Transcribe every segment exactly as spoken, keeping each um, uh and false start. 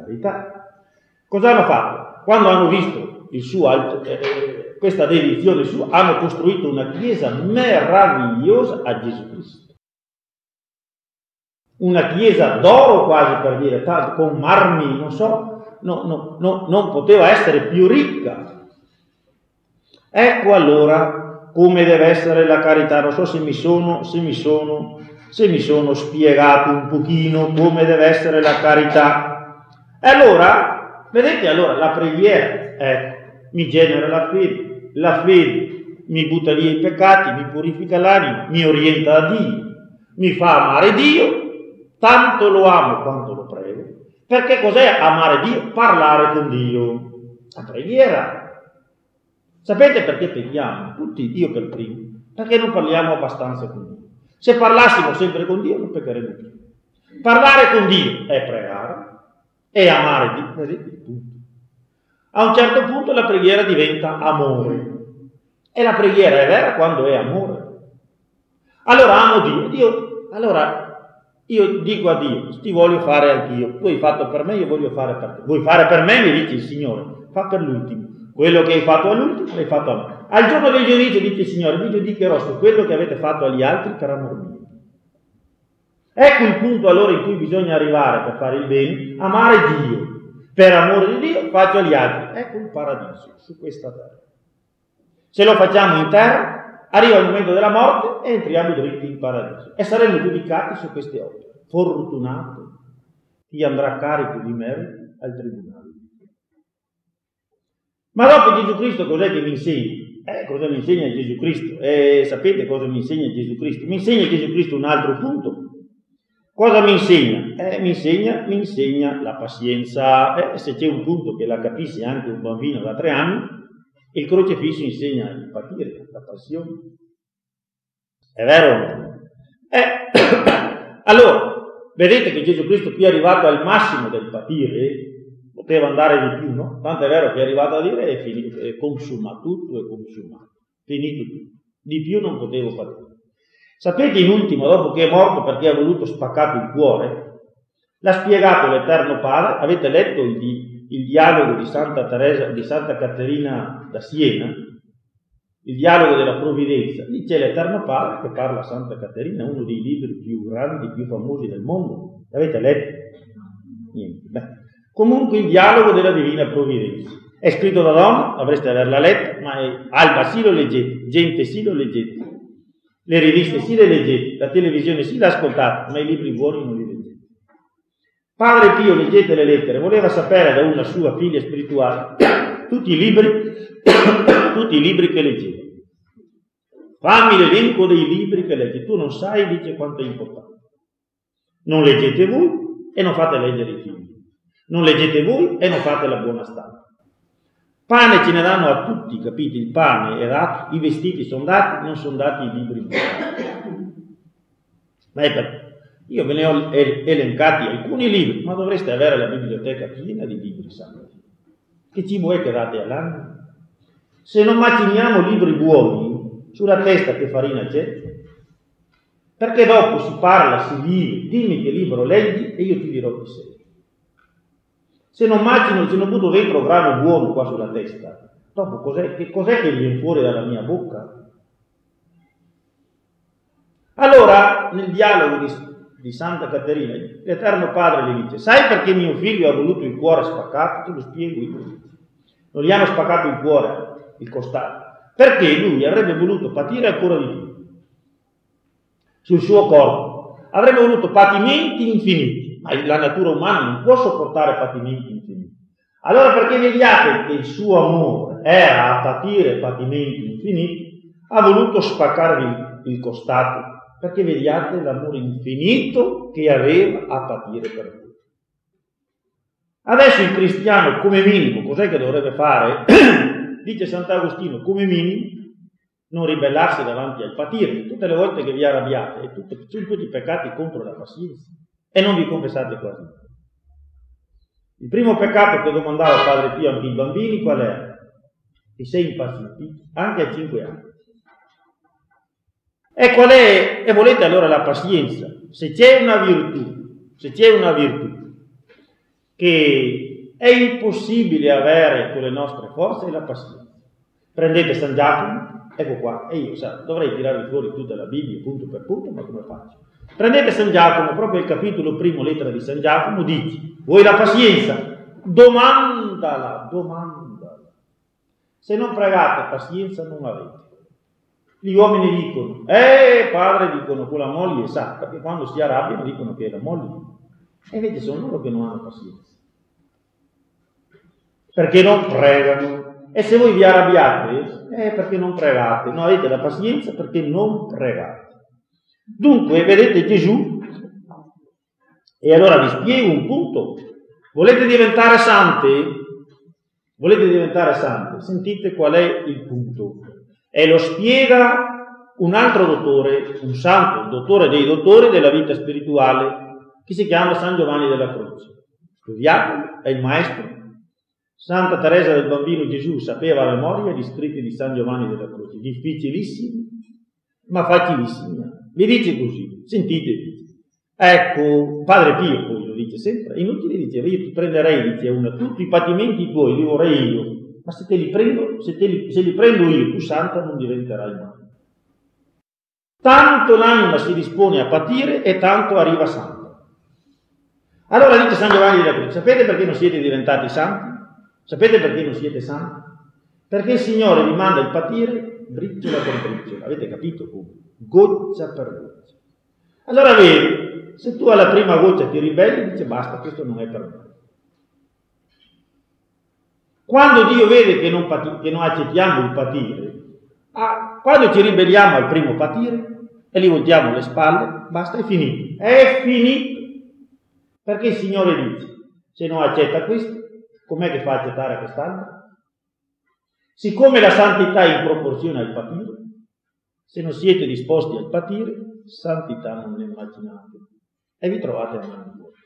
carità. Cosa hanno fatto? Quando hanno visto il suo, eh, questa dedizione sua, hanno costruito una chiesa meravigliosa a Gesù Cristo. Una chiesa d'oro quasi, per dire, con marmi, non so, no, no, no, non poteva essere più ricca. Ecco allora come deve essere la carità. Non so se mi sono, se mi sono, se mi sono spiegato un pochino come deve essere la carità. E allora, vedete, allora la preghiera, ecco, mi genera la fede, la fede mi butta via i peccati, mi purifica l'anima, mi orienta a Dio, mi fa amare Dio, tanto lo amo quanto lo prego. Perché cos'è amare Dio? Parlare con Dio. La preghiera. Sapete perché preghiamo? Tutti, io per primo, perché non parliamo abbastanza con Dio. Se parlassimo sempre con Dio non pregheremo più. Parlare con Dio è pregare, è amare Dio, vedete, punto. A un certo punto la preghiera diventa amore. E la preghiera è vera quando è amore. Allora amo Dio, Dio, allora io dico a Dio, ti voglio fare anch'io, tu hai fatto per me, io voglio fare per te. Vuoi fare per me? Mi dice il Signore, fa per l'ultimo. Quello che hai fatto all'ultimo l'hai fatto a me. Al giorno del giudizio dice il Signore, vi giudicherò su quello che avete fatto agli altri per amor mio. Ecco il punto allora in cui bisogna arrivare per fare il bene, amare Dio. Per amore di Dio faccio agli altri. Ecco il paradiso su questa terra. Se lo facciamo in terra, arriva il momento della morte e entriamo dritti in paradiso. E saremo giudicati su queste opere. Fortunato chi andrà carico di merito al tribunale. Ma dopo Gesù Cristo cos'è che mi insegna? Eh, cosa mi insegna Gesù Cristo? Eh, sapete cosa mi insegna Gesù Cristo? Mi insegna Gesù Cristo un altro punto. Cosa mi insegna? Eh, mi insegna, mi insegna la pazienza. Eh, se c'è un punto che la capisce anche un bambino da tre anni, il crocifisso insegna il patire, la passione. È vero? Eh, allora, vedete che Gesù Cristo qui è arrivato al massimo del patire. Poteva andare di più, no? Tanto è vero che è arrivato a dire è finito, è consumato, tutto è consumato, finito tutto. Di più non potevo patire. Sapete in ultimo, dopo che è morto perché ha voluto spaccato il cuore, l'ha spiegato l'Eterno Padre. Avete letto il, il dialogo di Santa Teresa, di Santa Caterina da Siena, il dialogo della provvidenza. Lì c'è l'Eterno Padre che parla a Santa Caterina, uno dei libri più grandi, più famosi del mondo. L'avete letto? Niente. Beh. Comunque il dialogo della divina provvidenza. È scritto da donna, avreste averla letta, ma è alba sì lo leggete, gente sì lo leggete, le riviste sì le leggete, la televisione sì l'ascoltate, ma i libri buoni non li leggete. Padre Pio, leggete le lettere, voleva sapere da una sua figlia spirituale tutti i libri, tutti i libri che leggeva. Fammi l'elenco dei libri che leggi, tu non sai, dice, quanto è importante. Non leggete voi e non fate leggere i figli. Non leggete voi e non fate la buona stampa. Pane ce ne danno a tutti, capite? Il pane è dato, i vestiti sono dati, non sono dati i libri. Ma è per... Io ve ne ho elencati alcuni libri, ma dovreste avere la biblioteca piena di libri santi. Che ci vuoi che date all'anno? Se non maciniamo libri buoni, sulla testa che farina c'è? Perché dopo si parla, si vive, dimmi che libro leggi e io ti dirò chi sei. Se non macino, se non butto dentro un grano buono qua sulla testa, dopo cos'è che, cos'è che viene fuori dalla mia bocca? Allora, nel dialogo di, di Santa Caterina, l'Eterno Padre le dice, sai perché mio figlio ha voluto il cuore spaccato? Te lo spiego io. Non gli hanno spaccato il cuore, il costato, perché lui avrebbe voluto patire ancora di più sul suo corpo, avrebbe voluto patimenti infiniti. Ma la natura umana non può sopportare patimenti infiniti. Allora perché vediate che il suo amore era a patire patimenti infiniti, ha voluto spaccarvi il costato, perché vediate l'amore infinito che aveva a patire per voi. Adesso il cristiano come minimo, cos'è che dovrebbe fare? Dice Sant'Agostino, come minimo, non ribellarsi davanti al patire. Tutte le volte che vi arrabbiate, e tutti, tutti i peccati contro la pazienza. E non vi confessate quasi. Il primo peccato che domandava Padre Pio anche ai bambini qual è? Ti sei impazientito anche a cinque anni. E qual è? E volete allora la pazienza? Se c'è una virtù, se c'è una virtù che è impossibile avere con le nostre forze la pazienza. Prendete San Giacomo, ecco qua, e io sa, dovrei tirare fuori tutta la Bibbia punto per punto, ma come faccio? Prendete San Giacomo, proprio il capitolo primo, lettera di San Giacomo, dice: vuoi la pazienza? Domandala, domandala. Se non pregate, pazienza non avete. Gli uomini dicono: eh, padre, dicono, con la moglie sa, perché quando si arrabbiano dicono che è la moglie. E invece sono loro che non hanno pazienza. Perché non pregano. E se voi vi arrabbiate, è perché non pregate. Non avete la pazienza perché non pregate. Dunque, vedete Gesù, e allora vi spiego un punto. Volete diventare santi? Volete diventare santi? Sentite qual è il punto. E lo spiega un altro dottore, un santo, il dottore dei dottori della vita spirituale, che si chiama San Giovanni della Croce. Studiatelo, è il maestro. Santa Teresa del Bambino Gesù sapeva a memoria gli scritti di San Giovanni della Croce, difficilissimi, ma facilissimi. Vi dice così, sentite, ecco, Padre Pio poi lo dice sempre, inutile diceva, io ti prenderei, dice una, tutti i patimenti tuoi li vorrei io, ma se te li prendo, se, te li, se li prendo io, tu santa non diventerai mai. Tanto l'anima si dispone a patire e tanto arriva santa. Allora dice San Giovanni della Croce, sapete perché non siete diventati santi? Sapete perché non siete santi? Perché il Signore vi manda il patire briciola per briciola, avete capito come? Goccia per goccia. Allora vedi, se tu alla prima goccia ti ribelli, dice basta, questo non è per me. Quando Dio vede che non, pati- che non accettiamo il patire, ah, quando ci ribelliamo al primo patire e gli voltiamo le spalle, basta, è finito. È finito. Perché il Signore dice, se non accetta questo, com'è che fa accettare quest'altro? Siccome la santità è in proporzione al patire, se non siete disposti al patire, santità non ne immaginate. E vi trovate a mano vuote.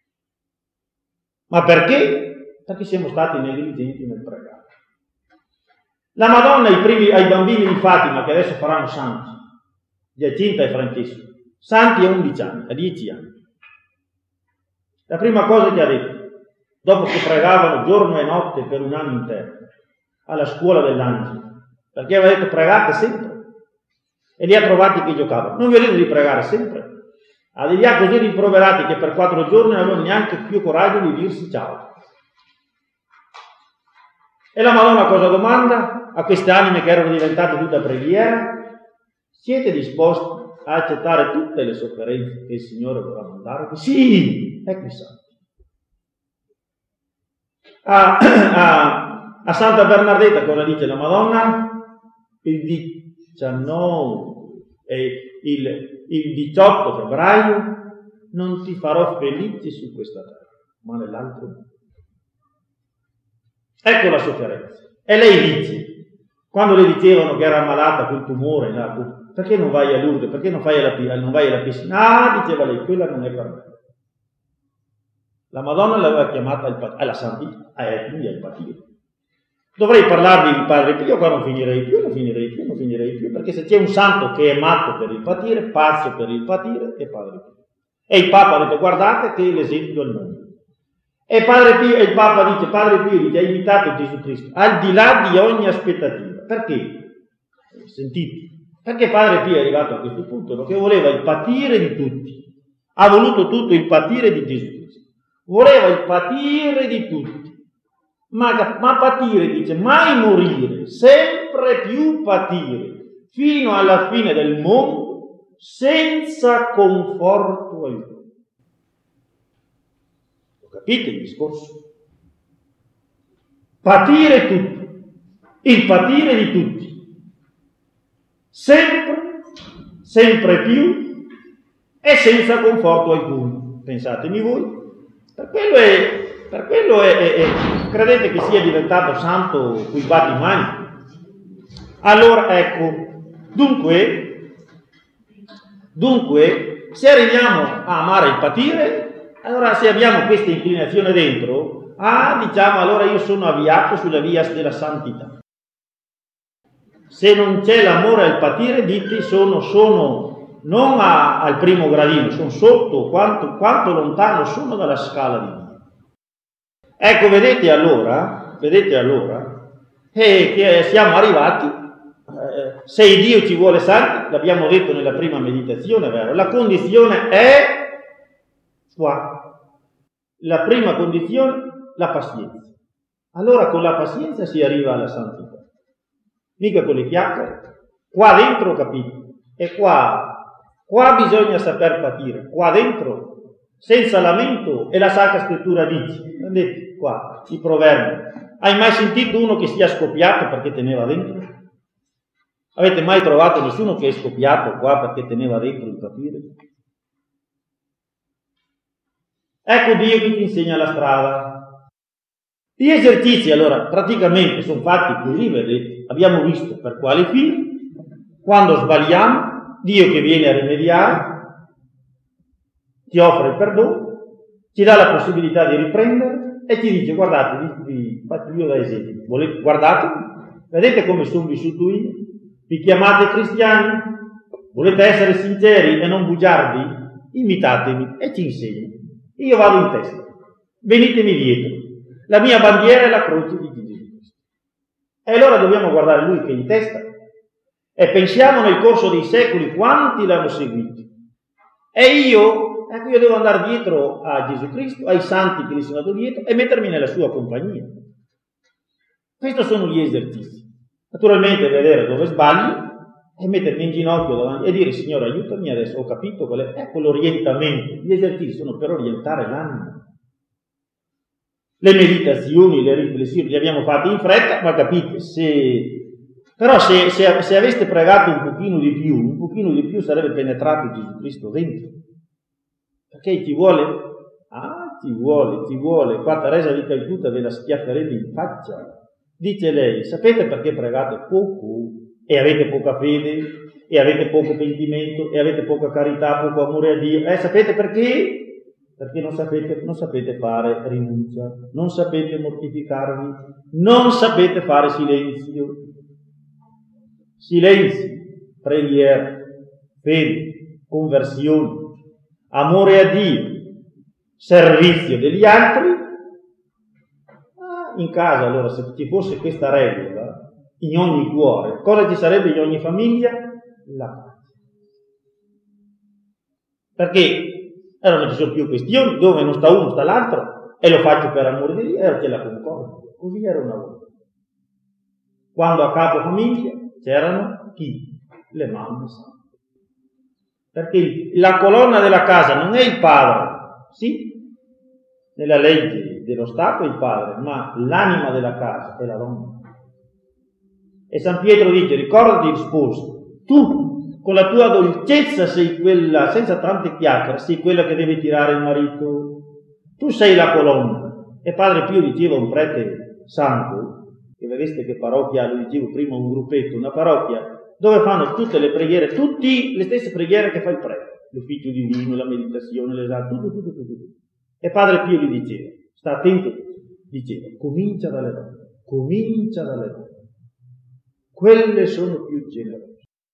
Ma perché? Perché siamo stati negligenti nel pregare. La Madonna ai, primi, ai bambini di Fatima, che adesso faranno santi, Giacinta e Francesco, santi a undici anni, a dieci anni. La prima cosa che ha detto, dopo che pregavano giorno e notte per un anno intero, alla scuola dell'angelo, perché aveva detto pregate sempre, e li ha trovati che giocavano. Non vedete di pregare sempre? Ah, li ha così rimproverati che per quattro giorni non avevano neanche più coraggio di dirsi ciao. E la Madonna cosa domanda a queste anime che erano diventate tutta preghiera? Siete disposti a accettare tutte le sofferenze che il Signore vorrà mandare? Sì, ecco i santi. A, a, a Santa Bernardetta cosa dice la Madonna? Il diciannove e il, il diciotto febbraio non ti farò felice su questa terra, ma nell'altro mondo. Ecco la sofferenza. E lei dice, quando le dicevano che era ammalata col tumore, là, perché non vai a Lourdes, perché non, fai alla, non vai alla piscina? Ah, diceva lei, quella non è per me. La Madonna l'aveva chiamata al, alla santità, eh, quindi al patire. Dovrei parlarvi di Padre Pio, qua non finirei più, non finirei più, non finirei più, perché se c'è un santo che è matto per il patire, pazzo per il patire, è Padre Pio. E il Papa ha detto, guardate che è l'esempio al mondo. E, Padre Pio, e il Papa dice, Padre Pio dice, ha invitato Gesù Cristo, al di là di ogni aspettativa. Perché? Sentite, perché Padre Pio è arrivato a questo punto? Perché voleva il patire di tutti. Ha voluto tutto il patire di Gesù Cristo. Voleva il patire di tutti. Ma, ma patire, dice, mai morire, sempre più patire, fino alla fine del mondo, senza conforto alcuno. Capite il discorso? Patire tutto, il patire di tutti, sempre, sempre più e senza conforto alcuno. Pensatemi voi, per quello è, per quello è, è, è credete che sia diventato santo coi batti mani? Allora ecco, dunque, dunque, se arriviamo a amare il patire, allora se abbiamo questa inclinazione dentro, ah, diciamo, allora io sono avviato sulla via della santità. Se non c'è l'amore al patire, dite, sono, sono non a, al primo gradino, sono sotto, quanto, quanto lontano sono dalla scala di Dio. Ecco, vedete allora, vedete allora, eh, che siamo arrivati, eh, se Dio ci vuole santi, l'abbiamo detto nella prima meditazione, vero? La condizione è qua. La prima condizione, la pazienza. Allora con la pazienza si arriva alla santità. Mica con le chiacchiere. Qua dentro, capito? E qua, qua bisogna saper patire. Qua dentro, senza lamento, e la Sacra Scrittura dice, vedete qua, i proverbi. Hai mai sentito uno che sia scoppiato perché teneva dentro? Avete mai trovato nessuno che è scoppiato qua perché teneva dentro il patire? Ecco Dio che ti insegna la strada. Gli esercizi allora praticamente sono fatti così, vedete, abbiamo visto per quale fine, quando sbagliamo, Dio che viene a rimediare, ti offre il perdono, ti dà la possibilità di riprendere e ti dice guardate, vi, vi faccio io da esempio, volete, guardate, vedete come sono vissuto io, vi chiamate cristiani, volete essere sinceri e non bugiardi, imitatemi e ci insegno. Io vado in testa, venitemi dietro. La mia bandiera è la croce di Gesù Cristo. E allora dobbiamo guardare Lui che è in testa e pensiamo nel corso dei secoli quanti l'hanno seguito. E io, ecco, io devo andare dietro a Gesù Cristo, ai santi che gli sono andato dietro e mettermi nella sua compagnia. Questi sono gli esercizi. Naturalmente vedere dove sbagli e mettermi in ginocchio davanti e dire Signore aiutami adesso, ho capito qual è, ecco l'orientamento. Gli esercizi sono per orientare l'anima. Le meditazioni, le riflessioni le abbiamo fatte in fretta, ma capite, se però se, se, se aveste pregato un pochino di più, un pochino di più sarebbe penetrato Gesù Cristo dentro. Perché ti vuole, ah, ti vuole, ti vuole, qua Teresa di Calcutta ve la schiafferebbe in faccia. Dice lei, sapete perché pregate poco e avete poca fede e avete poco pentimento e avete poca carità, poco amore a Dio? Eh, sapete perché? Perché non sapete, non sapete fare rinuncia, non sapete mortificarvi, non sapete fare silenzio. Silenzio, preghiera, fede, conversione, amore a Dio, servizio degli altri. In casa, allora, se ci fosse questa regola in ogni cuore, cosa ci sarebbe in ogni famiglia? La pace. Perché allora non ci sono più questioni, dove non sta uno sta l'altro, e lo faccio per amore di Dio, e c'è la concordia. Così era una volta. Quando a capo famiglia c'erano chi? Le mamme sante. Perché la colonna della casa non è il padre, sì, nella legge dello Stato è il padre, ma l'anima della casa è la donna. E San Pietro dice, ricordati il sposo, tu con la tua dolcezza sei quella, senza tante chiacchiere, sei quella che deve tirare il marito. Tu sei la colonna. E Padre Pio diceva, un prete santo, che vedeste che parrocchia, lo dicevo prima, un gruppetto, una parrocchia, dove fanno tutte le preghiere, tutte le stesse preghiere che fa il prete, l'ufficio divino, la meditazione, l'esame, tutto, tutto, tutto, tutto. E Padre Pio gli diceva, sta attento, diceva, comincia dalle donne, comincia dalle donne. Quelle sono più generose.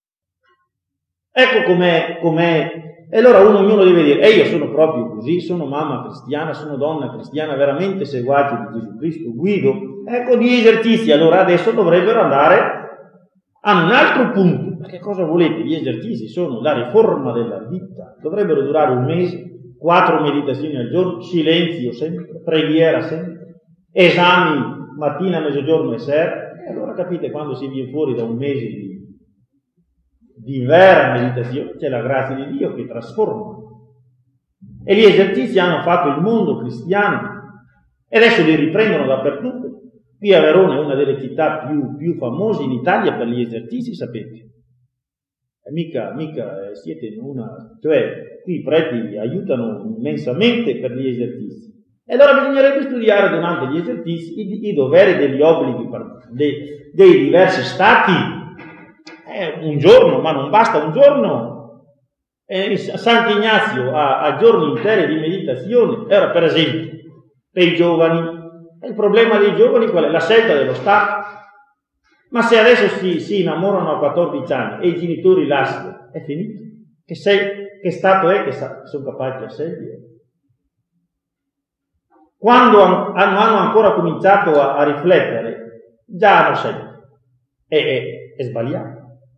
Ecco com'è, com'è. E allora uno, ognuno deve dire, e io sono proprio così, sono mamma cristiana, sono donna cristiana, veramente seguace di Gesù Cristo, guido. Ecco gli esercizi, allora adesso dovrebbero andare a un altro punto. Perché cosa volete? Gli esercizi sono la riforma della vita, dovrebbero durare un mese, quattro meditazioni al giorno, silenzio sempre, preghiera sempre, esami mattina, mezzogiorno e sera. E allora capite, quando si viene fuori da un mese di di vera meditazione, c'è la grazia di Dio che trasforma. E gli esercizi hanno fatto il mondo cristiano e adesso li riprendono dappertutto. Qui a Verona è una delle città più, più famose in Italia per gli esercizi, sapete. E mica, mica siete in una... cioè qui i preti aiutano immensamente per gli esercizi. E allora bisognerebbe studiare durante gli esercizi i, i doveri degli obblighi dei, dei diversi stati. Eh, un giorno, ma non basta un giorno. Eh, Sant'Ignazio ha, ha giorni interi di meditazione. Era per esempio per i giovani. Il problema dei giovani qual è? La scelta dello Stato. Ma se adesso si, si innamorano a quattordici anni e i genitori lasciano, è finito. Che, sei, che Stato è che sa, sono capaci a scegliere? quando hanno, hanno ancora cominciato a, a riflettere, già hanno scelto. È, è, è sbagliato.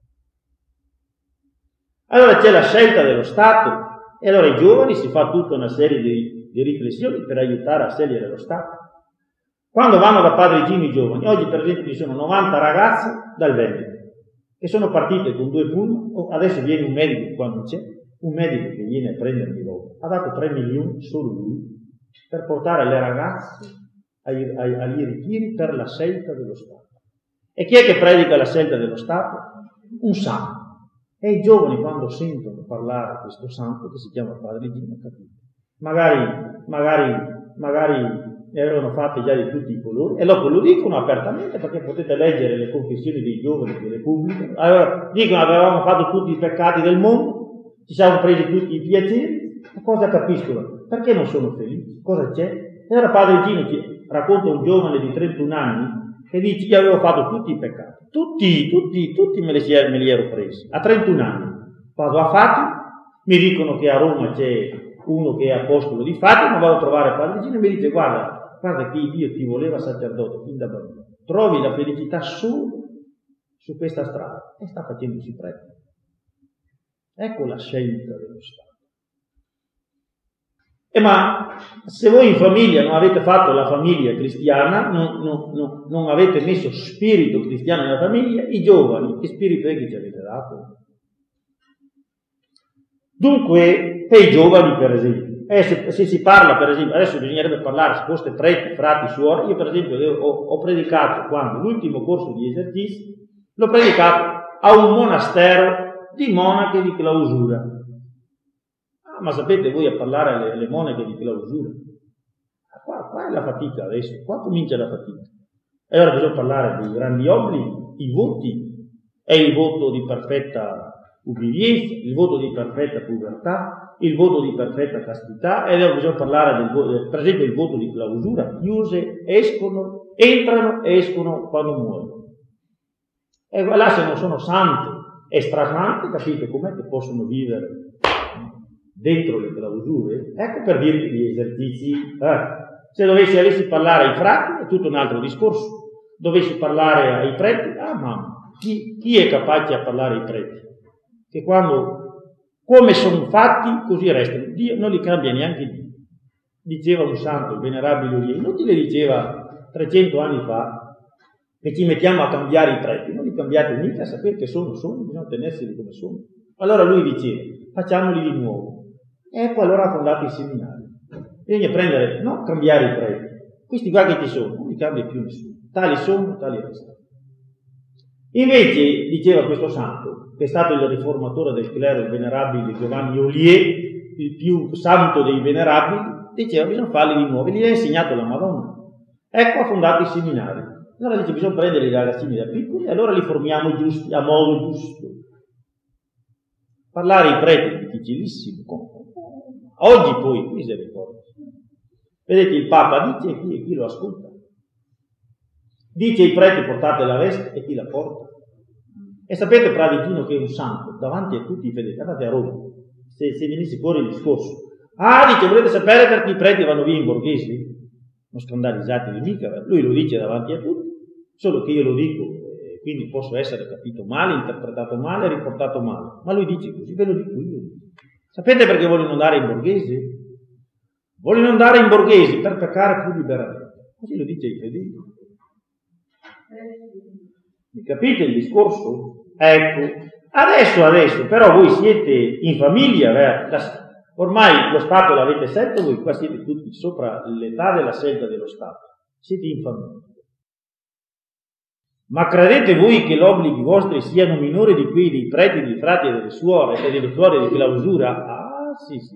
Allora c'è la scelta dello Stato, e allora i giovani si fa tutta una serie di, di riflessioni per aiutare a scegliere lo Stato. Quando vanno da Padre Gino i giovani, oggi per esempio ci sono novanta ragazze dal Veneto, che sono partite con due pullman, adesso viene un medico qua non c'è, un medico che viene a prendermi dopo, ha dato tre milioni solo lui, per portare le ragazze ai, ai, agli ritiri per la scelta dello Stato. E chi è che predica la scelta dello Stato? Un santo. E i giovani quando sentono parlare di questo santo che si chiama Padre Gino, capito? Magari, magari, magari ne avevano fatte già di tutti i colori, e dopo lo dicono apertamente, perché potete leggere le confessioni dei giovani che le pubblicano. Allora dicono: avevamo fatto tutti i peccati del mondo, ci siamo presi tutti i piaceri. Ma cosa capiscono? Perché non sono felici? Cosa c'è? E allora Padre Gino ci racconta un giovane di trentuno anni che dice: io avevo fatto tutti i peccati, tutti, tutti, tutti me li, me li ero presi, a trentuno anni. Vado a Fatima, mi dicono che a Roma c'è uno che è apostolo di Fatima, vado a trovare Padre Gino e mi dice: guarda, guarda che Dio ti voleva sacerdote fin da bambino, trovi la felicità solo su questa strada, e sta facendosi prete. Ecco la scelta dello Stato. E ma se voi in famiglia non avete fatto la famiglia cristiana, non, non, non, non avete messo spirito cristiano nella famiglia, i giovani, che spirito è che ci avete dato? Dunque, per i giovani, per esempio, eh, se, se si parla, per esempio, adesso bisognerebbe parlare, se foste preti, frati, suore, io per esempio ho, ho predicato, quando l'ultimo corso di esercizi, l'ho predicato a un monastero di monache di clausura. Ma sapete voi a parlare alle, alle monache di clausura? Qua, qua è la fatica adesso, qua comincia la fatica. E allora bisogna parlare dei grandi obblighi, i voti, è il voto di perfetta ubbidienza, il voto di perfetta pubertà, il voto di perfetta castità, e allora bisogna parlare del voto, per esempio il voto di clausura, chiuse, escono, entrano e escono quando muoiono. E là se non sono sante e strasante, capite com'è che possono vivere dentro le clausure? Ecco per dirvi gli esercizi. Eh. Se dovessi avessi parlare ai frati è tutto un altro discorso. Dovessi parlare ai preti, ah mamma, chi, chi è capace a parlare ai preti? Che quando, come sono fatti, così restano. Dio non li cambia neanche Dio. Diceva un santo, il venerabile Olie, inutile diceva trecento anni fa che ci mettiamo a cambiare i preti, non li cambiate mica, sapere che sono, sono, bisogna tenerseli come sono. Allora lui diceva, facciamoli di nuovo. Ecco allora ha fondato i seminari. Bisogna prendere, non cambiare i preti. Questi qua che ci sono, non li cambia più nessuno. Tali sono, tali restano. Invece, diceva questo santo, che è stato il riformatore del clero, il venerabile Giovanni Olie, il più santo dei venerabili, diceva bisogna farli di nuovo. E gli ha insegnato la Madonna. Ecco ha fondato i seminari. Allora dice bisogna prendere i ragazzini da piccoli e allora li formiamo giusti, a modo giusto. Parlare ai preti è difficilissimo. Oggi poi, misericordia. Vedete, il Papa dice e chi, chi lo ascolta. Dice ai preti portate la veste e chi la porta. E sapete Padre Gino che è un santo, davanti a tutti i fedeli, andate a Roma, se, se venisse fuori il discorso. Ah, dice, volete sapere perché i preti vanno via in borghesi? Non scandalizzatevi mica, lui lo dice davanti a tutti, solo che io lo dico, eh, quindi posso essere capito male, interpretato male, riportato male. Ma lui dice così, ve lo dico io. Sapete perché vogliono andare in borghesi? Vogliono andare in borghesi per peccare più liberamente. Così lo dice ai fedeli. Mi capite il discorso? Ecco, adesso, adesso, però voi siete in famiglia, eh? Ormai lo Stato l'avete scelto, voi qua siete tutti sopra l'età della scelta dello Stato. Siete in famiglia. Ma credete voi che gli obblighi vostri siano minori di quelli dei preti, dei frati e delle suore e delle suore di clausura? Ah, sì, sì.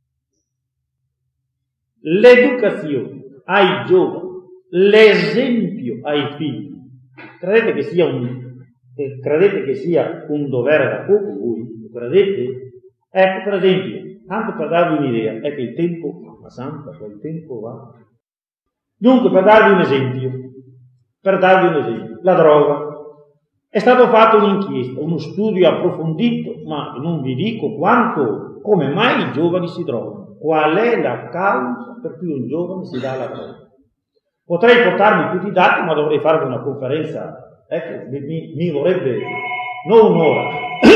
L'educazione ai giovani, l'esempio ai figli, credete che sia un, eh, credete che sia un dovere da poco voi? Credete? Ecco, per esempio, tanto per darvi un'idea, è che il tempo, ma santa, il tempo va. Dunque, per darvi un esempio, per darvi un esempio, la droga. È stato fatto un'inchiesta, uno studio approfondito, ma non vi dico quanto, come mai i giovani si drogano, qual è la causa per cui un giovane si dà alla droga. Potrei portarmi tutti i dati, ma dovrei farvi una conferenza, ecco, mi, mi vorrebbe, non un'ora,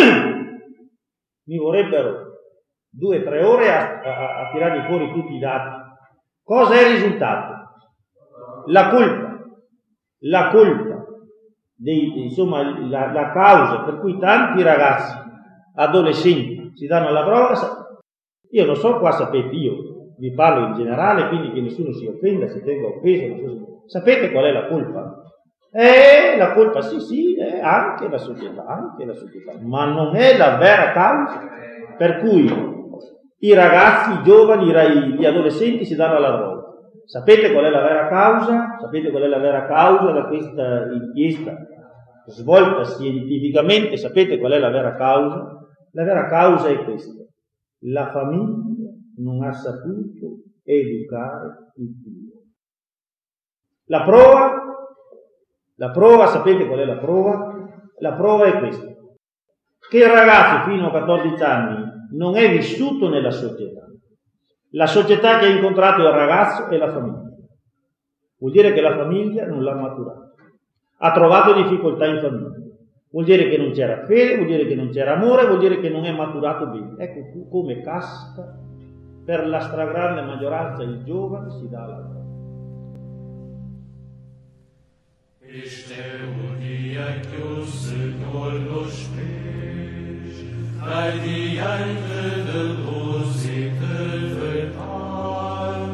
mi vorrebbero due o tre ore a, a, a tirarvi fuori tutti i dati. Cosa è il risultato? La colpa, la colpa, dei, insomma la, la causa per cui tanti ragazzi, adolescenti, si danno alla droga. Io non so, qua sapete, io vi parlo in generale, quindi che nessuno si offenda, si tenga offeso. So. Sapete qual è la colpa? Eh, la colpa sì, sì, è anche la società, anche la società, ma non è la vera causa per cui i ragazzi, i giovani, gli adolescenti si danno alla droga. Sapete qual è la vera causa? Sapete qual è la vera causa da questa inchiesta svolta scientificamente? Sapete qual è la vera causa? La vera causa è questa: la famiglia non ha saputo educare il figlio. La prova, la prova, sapete qual è la prova? La prova è questa: che il ragazzo fino a quattordici anni non è vissuto nella società. La società che ha incontrato il ragazzo è la famiglia. Vuol dire che la famiglia non l'ha maturato. Ha trovato difficoltà in famiglia. Vuol dire che non c'era fede, vuol dire che non c'era amore, vuol dire che non è maturato bene. Ecco come casca per la stragrande maggioranza il giovane si dà alla droga. Bij die eindeloze vertaal.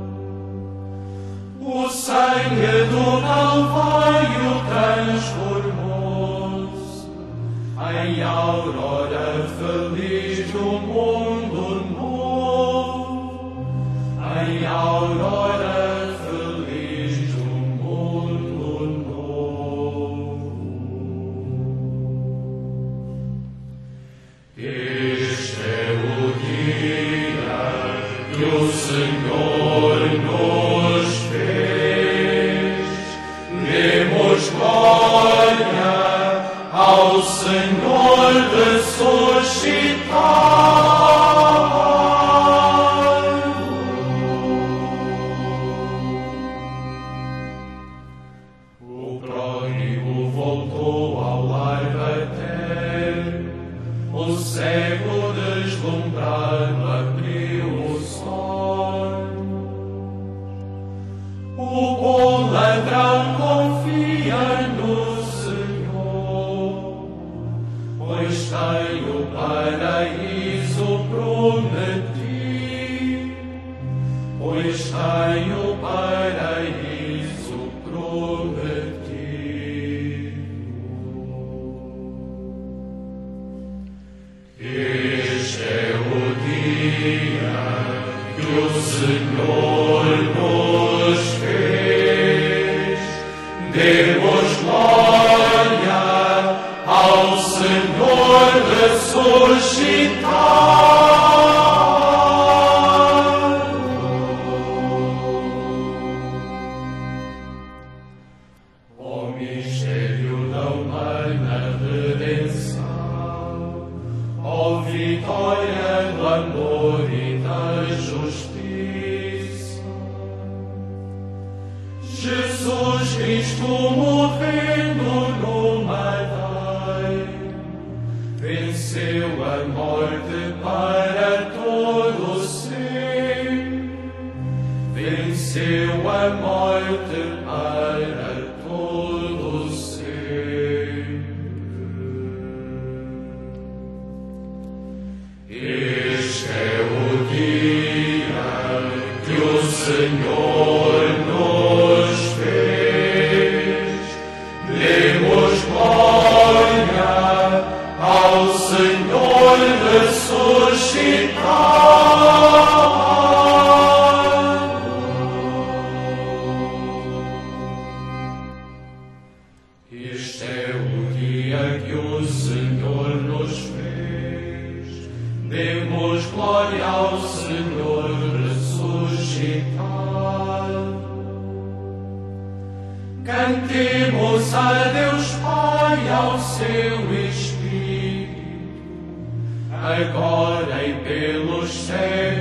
O Senhor do Calvário, tens por nós a aurora feliz do mundo novo, a aurora feliz do mundo novo. Este é o dia que o Senhor nos fez. Demos glória ao Senhor ressuscitado. O pródigo voltou ao lar paterno. O cego deslumbrado abriu os olhos. O bom ladrão confia no Senhor, pois tem o paraíso prometido, pois tem o paraíso prometido. Este é o dia que o Senhor nos fez. Demos glória ao Senhor ressuscitado. O mistério da humana redenção, ó vitória do amor e da justiça. Jesus Cristo morrendo no madeiro, venceu a morte para todo ser, venceu a morte para todo ser. Este é o dia que o Senhor nos fez. Demos glória ao Senhor ressuscitado. Este é o dia que o Senhor nos fez. Demos glória ao Senhor ressuscitado. Cantemos a Deus Pai e ao seu Espírito, agora e pelos séculos.